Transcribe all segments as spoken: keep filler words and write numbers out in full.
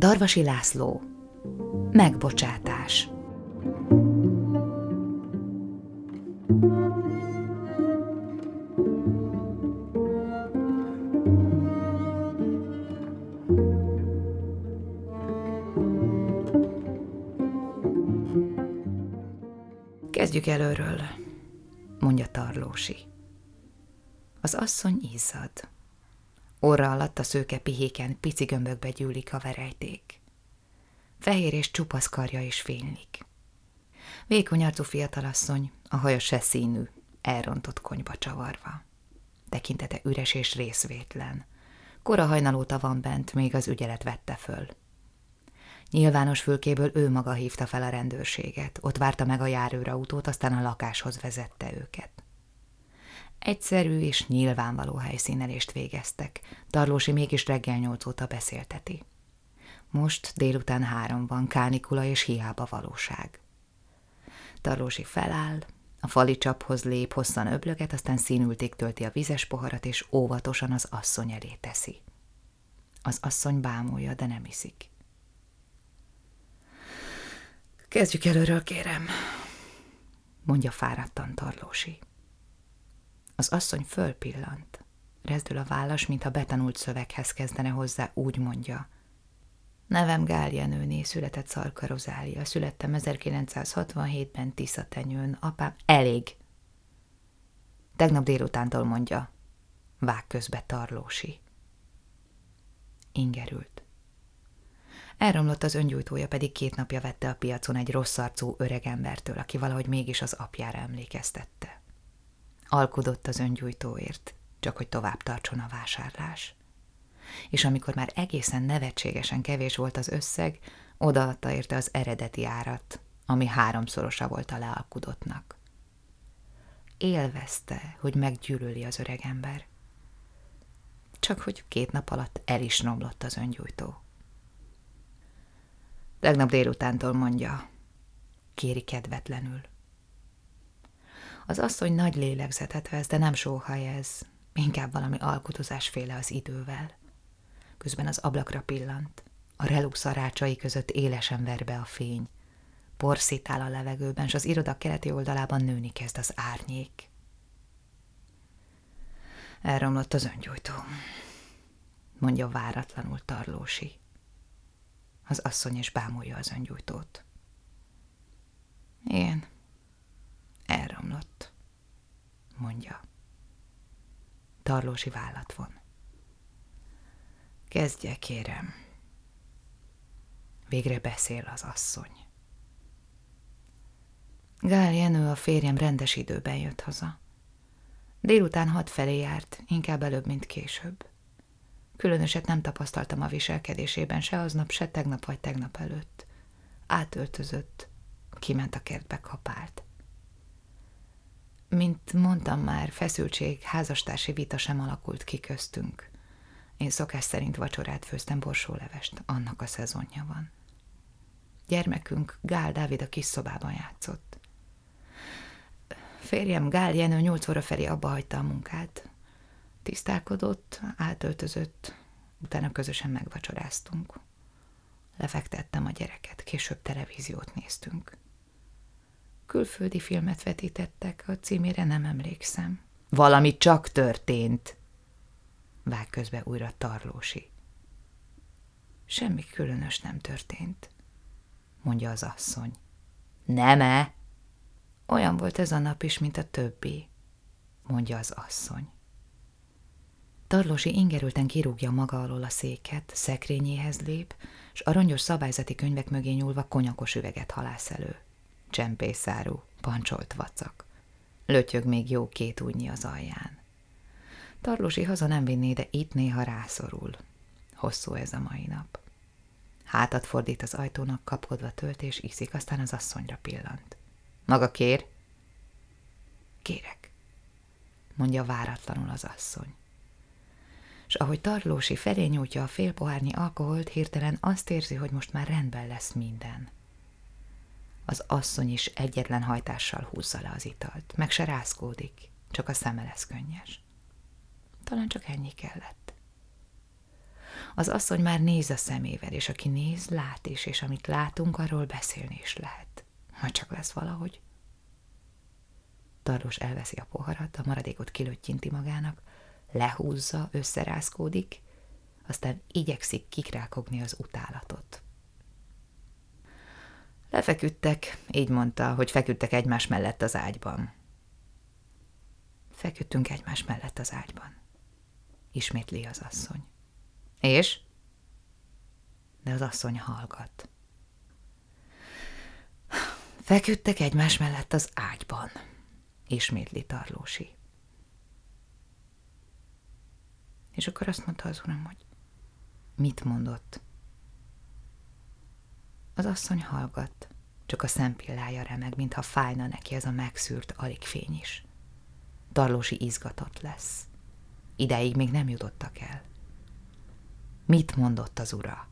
Darvasi László. Megbocsátás. Kezdjük előről, mondja Tarlósi. Az asszony izzad. Orra alatt a szőke pihéken pici gömbökbe gyűlik a verejték. Fehér és csupasz karja is fénylik. Vékony arcú fiatalasszony, a haja se színű, elrontott konyba csavarva. Tekintete üres és részvétlen. Kora hajnalóta van bent, még az ügyelet vette föl. Nyilvános fülkéből ő maga hívta fel a rendőrséget, ott várta meg a járőrautót, aztán a lakáshoz vezette őket. Egyszerű és nyilvánvaló helyszínelést végeztek, Tarlósi mégis reggel nyolc óta beszélteti. Most délután három van, kánikula és hiába valóság. Tarlósi feláll, a fali csaphoz lép, hosszan öblöget, aztán színültig tölti a vizes poharat, és óvatosan az asszony elé teszi. Az asszony bámulja, de nem iszik. Kezdjük előről, kérem, mondja fáradtan Tarlósi. Az asszony fölpillant. Rezdül a vállas, mintha betanult szöveghez kezdene hozzá, úgy mondja. Nevem Gál Jenőné, született Szarka Rozália. Születtem ezerkilencszázhatvanhétben Tiszatenyőn. Apám... Elég! Tegnap délutántól mondja. Vág közbe Tarlósi. Ingerült. Elromlott az öngyújtója, pedig két napja vette a piacon egy rossz arcú öregembertől, aki valahogy mégis az apjára emlékeztette. Alkudott az öngyújtóért, csak hogy tovább tartson a vásárlás. És amikor már egészen nevetségesen kevés volt az összeg, odaadta érte az eredeti árat, ami háromszorosa volt a lealkudottnak. Élvezte, hogy meggyűlöli az öregember. Csak hogy két nap alatt el is romlott az öngyújtó. Tegnap délutántól mondja, kéri kedvetlenül. Az asszony nagy lélegzetet vesz, de nem sóhajez, inkább valami alkudozásféle az idővel. Közben az ablakra pillant, a relux arácsai között élesen ver be a fény. Porszítál a levegőben, s az iroda keleti oldalában nőni kezd az árnyék. Elromlott az öngyújtó, mondja váratlanul Tarlósi. Az asszony is bámulja az öngyújtót. Igen, elromlott, mondja. Tarlósi vállat von. Kezdje, kérem. Végre beszél az asszony. Gál Jenő, a férjem rendes időben jött haza. Délután hat felé járt, inkább előbb, mint később. Különöset nem tapasztaltam a viselkedésében se aznap, se tegnap vagy tegnap előtt. Átöltözött, kiment a kertbe, kapált. Mint mondtam már, feszültség, házastársi vita sem alakult ki köztünk. Én szokás szerint vacsorát főztem, borsólevest, annak a szezonja van. Gyermekünk, Gál Dávid a kis szobában játszott. Férjem, Gál Jenő nyolc óra felé abba hagyta a munkát. Tisztálkodott, átöltözött, utána közösen megvacsoráztunk. Lefektettem a gyereket, később televíziót néztünk. Külföldi filmet vetítettek, a címére nem emlékszem. Valami csak történt, vág közbe újra Tarlósi. Semmi különös nem történt, mondja az asszony. Nem-e? Olyan volt ez a nap is, mint a többi, mondja az asszony. Tarlósi ingerülten kirúgja maga alól a széket, szekrényéhez lép, s aranyos szabályzati könyvek mögé nyúlva konyakos üveget halász elő. Csempészárú, pancsolt vacak. Lötyög még jó két ujjnyi az alján. Tarlósi haza nem vinné, de itt néha rászorul. Hosszú ez a mai nap. Hátat fordít az ajtónak, kapkodva tölt és iszik, aztán az asszonyra pillant. Maga kér? Kérek, mondja váratlanul az asszony. S ahogy Tarlósi felé nyújtja a fél pohárnyi alkoholt, hirtelen azt érzi, hogy most már rendben lesz minden. Az asszony is egyetlen hajtással húzza le az italt, meg se rázkódik, csak a szeme lesz könnyes. Talán csak ennyi kellett. Az asszony már néz a szemével, és aki néz, lát is, és amit látunk, arról beszélni is lehet. Ha csak lesz valahogy. Tarlós elveszi a poharat, a maradékot kilöttyinti magának, lehúzza, összerázkódik, aztán igyekszik kikrákogni az utálatot. Lefeküdtek, így mondta, hogy feküdtek egymás mellett az ágyban. Feküdtünk egymás mellett az ágyban. Ismétli az asszony. És? De az asszony hallgat. Feküdtek egymás mellett az ágyban. Ismétli Tarlósi. És akkor azt mondta az uram, hogy mit mondott? Az asszony hallgat, csak a szempillája remeg, mintha fájna neki ez a megszűrt alig fény is. Tarlósi izgatott lesz. Ideig még nem jutottak el. Mit mondott az ura?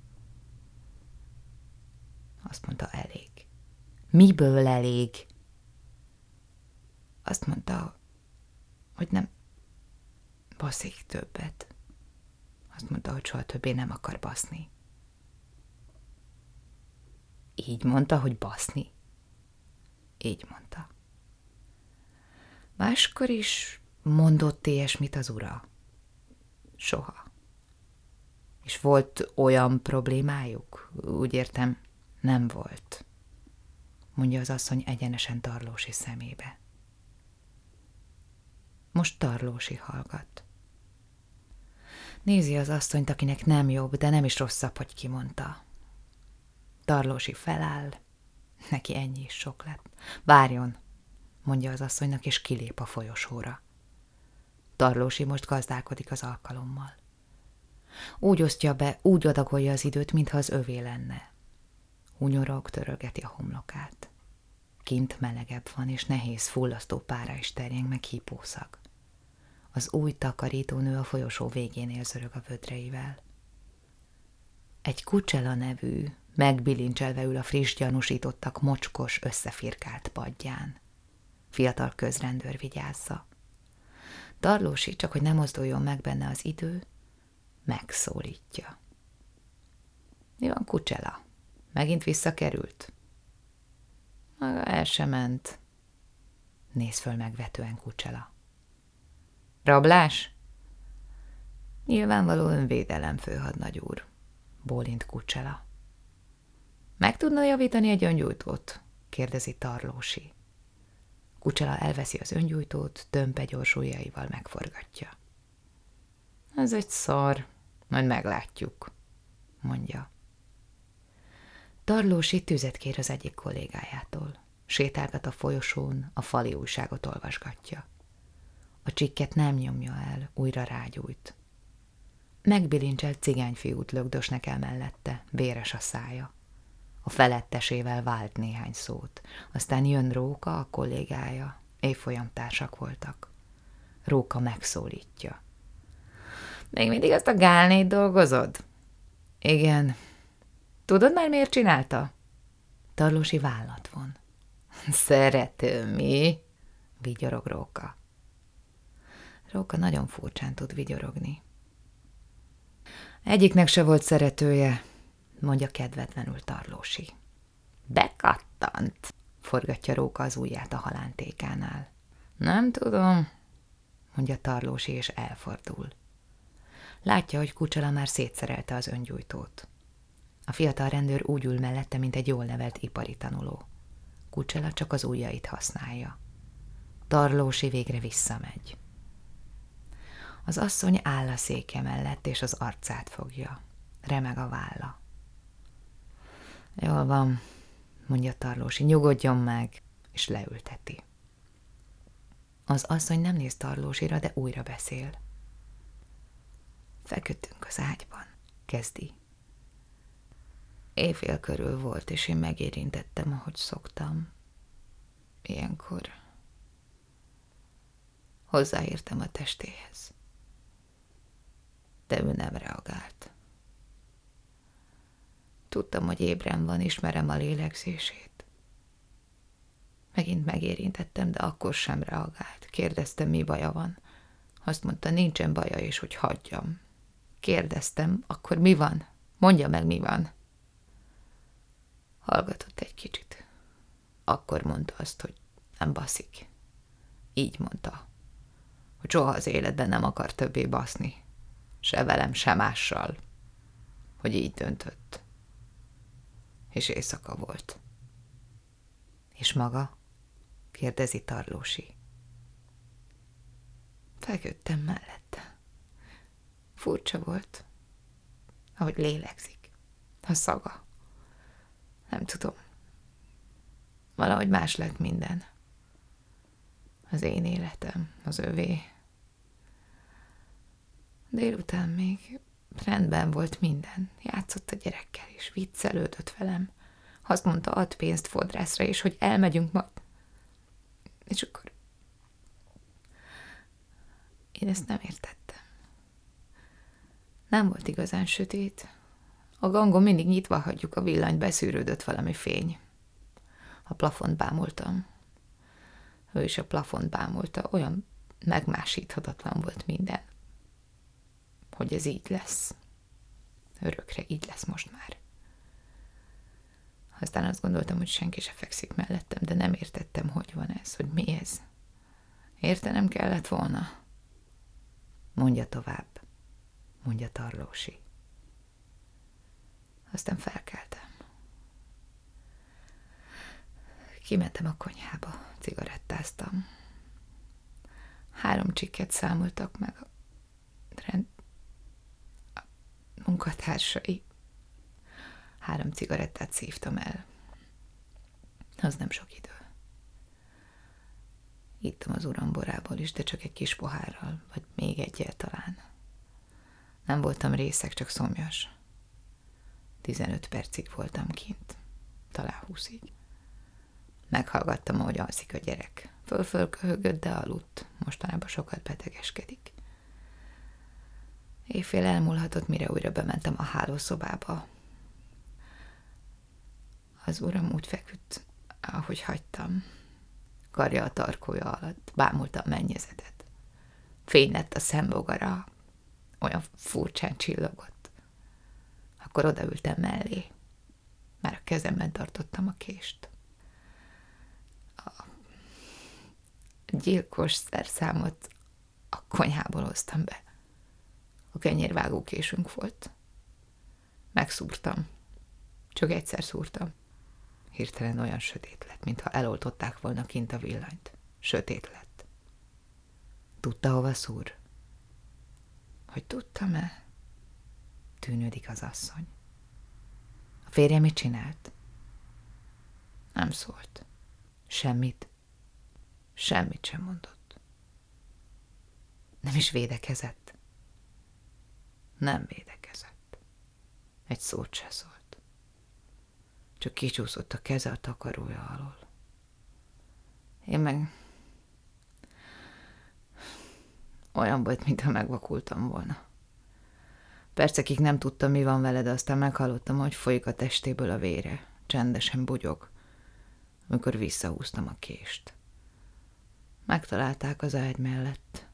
Azt mondta, elég. Miből elég? Azt mondta, hogy nem baszik többet. Azt mondta, hogy soha többé nem akar baszni. Így mondta, hogy baszni? Így mondta. Máskor is mondott ilyesmit az ura? Soha. És volt olyan problémájuk? Úgy értem, nem volt. Mondja az asszony egyenesen Tarlósi szemébe. Most Tarlósi hallgat. Nézi az asszonyt, akinek nem jobb, de nem is rosszabb, hogy kimondta. Tarlósi feláll, neki ennyi is sok lett. Várjon, mondja az asszonynak, és kilép a folyosóra. Tarlósi most gazdálkodik az alkalommal. Úgy osztja be, úgy adagolja az időt, mintha az övé lenne. Hunyorog, törölgeti a homlokát. Kint melegebb van, és nehéz, fullasztó pára is terjeng, meg hípószag. Az új takarítónő a folyosó végénél zörög a vödreivel. Egy Kucsela nevű, megbilincselve ül a friss gyanúsítottak mocskos, összefirkált padján. Fiatal közrendőr vigyázza. Tarlósi, csak hogy nem mozduljon meg benne az idő, megszólítja. Mi van, Kucsela? Megint visszakerült? Maga el sem ment. Néz föl megvetően Kucsela. Rablás? Nyilvánvaló önvédelem, főhadnagy úr, bólint Kucsela. Meg tudna javítani egy öngyújtót? Kérdezi Tarlósi. Kucsela elveszi az öngyújtót, tömpe gyors ujjaival megforgatja. Ez egy szar, majd meglátjuk, mondja. Tarlósi tüzet kér az egyik kollégájától. Sétálgat a folyosón, a fali újságot olvasgatja. A csikket nem nyomja el, újra rágyújt. Megbilincselt cigányfiút lögdösnek el mellette, véres a szája. A felettesével vált néhány szót. Aztán jön Róka, a kollégája, évfolyam társak voltak. Róka megszólítja. Még mindig azt a gálnét dolgozod? Igen. Tudod már, miért csinálta? Tarlósi vállat von. Szerető, mi? Vigyorog Róka. Róka nagyon furcsán tud vigyorogni. Egyiknek se volt szeretője, mondja kedvetlenül Tarlósi. Bekattant, forgatja Róka az ujját a halántékánál. Nem tudom, mondja Tarlósi, és elfordul. Látja, hogy Kucsela már szétszerelte az öngyújtót. A fiatal rendőr úgy ül mellette, mint egy jól nevelt ipari tanuló. Kucsela csak az ujjait használja. Tarlósi végre visszamegy. Az asszony áll a széke mellett, és az arcát fogja. Remeg a válla. Jól van, mondja Tarlósi, nyugodjon meg, és leülteti. Az asszony nem néz Tarlósira, de újra beszél. Feküdtünk az ágyban, kezdi. Éjfél körül volt, és én megérintettem, ahogy szoktam. Ilyenkor hozzáértem a testéhez. De ő nem reagált. Tudtam, hogy ébren van, ismerem a lélegzését. Megint megérintettem, de akkor sem reagált. Kérdeztem, mi baja van. Azt mondta, nincsen baja, és hogy hagyjam. Kérdeztem, akkor mi van? Mondja meg, mi van. Hallgatott egy kicsit. Akkor mondta azt, hogy nem baszik. Így mondta, hogy soha az életben nem akar többé baszni. Se velem, se mással. Hogy így döntött. És éjszaka volt. És maga? Kérdezi Tarlósi. Feküdtem mellette. Furcsa volt, ahogy lélegzik. A szaga. Nem tudom. Valahogy más lett minden. Az én életem, az övé. Délután még rendben volt minden. Játszott a gyerekkel, és viccelődött velem. Azt mondta, add pénzt fodrászra, és hogy elmegyünk majd. És akkor én ezt nem értettem. Nem volt igazán sötét. A gangon mindig nyitva hagyjuk a villanyt, beszűrődött valami fény. A plafont bámultam. Ő is a plafont bámulta, olyan megmásíthatatlan volt minden. Hogy ez így lesz. Örökre így lesz most már. Aztán azt gondoltam, hogy senki se fekszik mellettem, de nem értettem, hogy van ez, hogy mi ez. Értenem kellett volna. Mondja tovább, mondja Tarlósi. Aztán felkeltem. Kimentem a konyhába, cigarettáztam. Három csikket számoltak meg a, rend, a munkatársai. Három cigarettát szívtam el. Az nem sok idő. Ittam az uram borából is, de csak egy kis pohárral, vagy még egyel talán. Nem voltam részeg, csak szomjas. Tizenöt percig voltam kint. Talán húszig. Meghallgattam, ahogy alszik a gyerek. Föl-föl köhögött, de aludt. Mostanában sokat betegeskedik. Éjfél elmúlhatott, mire újra bementem a hálószobába. Az uram úgy feküdt, ahogy hagytam. Karja a tarkója alatt, bámulta a mennyezetet. Fény lett a szembogara, olyan furcsán csillogott. Akkor odaültem mellé. Már a kezemben tartottam a kést. A gyilkos szerszámot a konyhából hoztam be. A kenyérvágó késünk volt. Megszúrtam. Csak egyszer szúrtam. Hirtelen olyan sötét lett, mintha eloltották volna kint a villanyt. Sötét lett. Tudta, hova szúr? Hogy tudtam-e? Tűnődik az asszony. A férje mit csinált? Nem szólt. Semmit. Semmit sem mondott. Nem is védekezett. Nem védekezett. Egy szót se szólt. Csak kicsúszott a keze a takarója alól. Én meg olyan volt, mintha megvakultam volna. Percekig nem tudtam, mi van veled, aztán meghallottam, hogy folyik a testéből a vére. Csendesen bugyog, amikor visszahúztam a kést. Megtalálták az ágy mellett.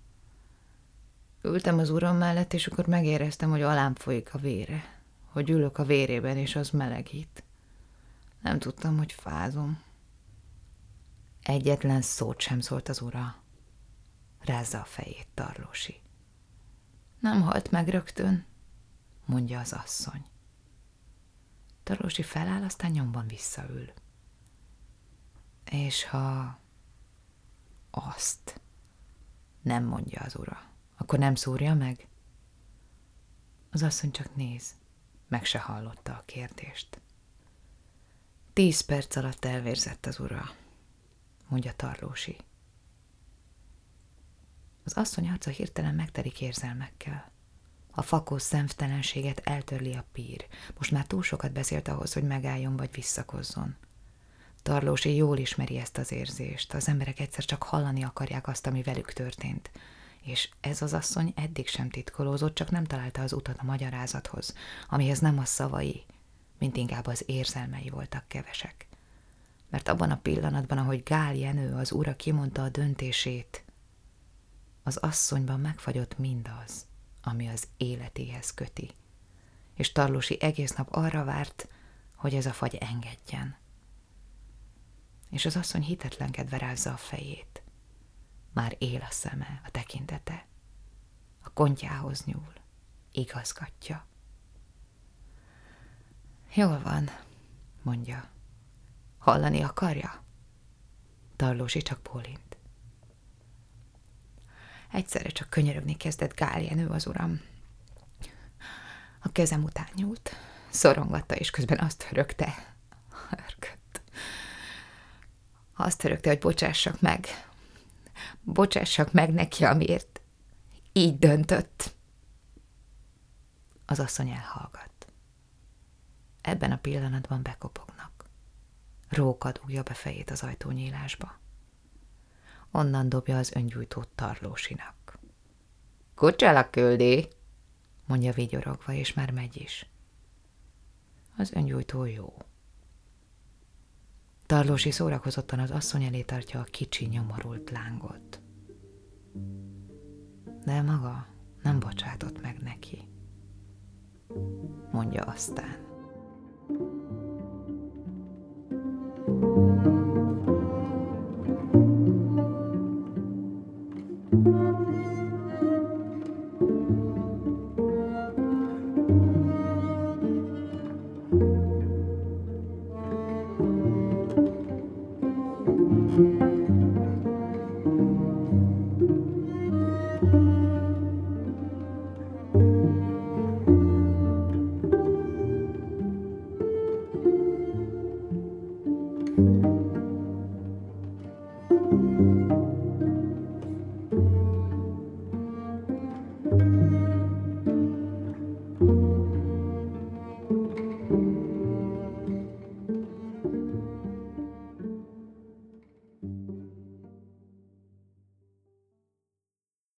Ültem az uram mellett, és akkor megéreztem, hogy alám folyik a vére. Hogy ülök a vérében, és az melegít. Nem tudtam, hogy fázom. Egyetlen szót sem szólt az ura. Rázza a fejét Tarlósi. Nem halt meg rögtön, mondja az asszony. Tarlósi feláll, aztán nyomban visszaül. És ha azt nem mondja az ura, akkor nem szúrja meg? Az asszony csak néz, meg se hallotta a kérdést. Tíz perc alatt elvérzett az ura, mondja Tarlósi. Az asszony arca hirtelen megtelik érzelmekkel. A fakó szemtelenséget eltörli a pír. Most már túl sokat beszélt ahhoz, hogy megálljon vagy visszakozzon. Tarlósi jól ismeri ezt az érzést. Az emberek egyszer csak hallani akarják azt, ami velük történt. És ez az asszony eddig sem titkolózott, csak nem találta az utat a magyarázathoz, amihez nem a szavai, mint inkább az érzelmei voltak kevesek. Mert abban a pillanatban, ahogy Gál Jenő, az ura kimondta a döntését, az asszonyban megfagyott mindaz, ami az életéhez köti, és Tarlósi egész nap arra várt, hogy ez a fagy engedjen. És az asszony hitetlenkedve rázza a fejét. Már él a szeme, a tekintete. A kontyához nyúl, igazgatja. Jól van, mondja. Hallani akarja? Tarlósi csak bólint. Egyszerre csak könyörögni kezdett Gál Jenő az uram. A kezem után nyúlt, szorongatta, és közben azt hörögte. Hörgött. Azt hörögte, hogy bocsássak meg. Bocsássak meg neki, amiért így döntött. Az asszony elhallgat. Ebben a pillanatban bekopognak. Róka dugja be fejét az ajtónyílásba. Onnan dobja az öngyújtót Tarlósinak. Kucsálak küldi, mondja vigyorogva, és már megy is. Az öngyújtó jó. Tarlósi szórakozottan az asszony elé tartja a kicsi, nyomorult lángot. De maga nem bocsátott meg neki, mondja aztán.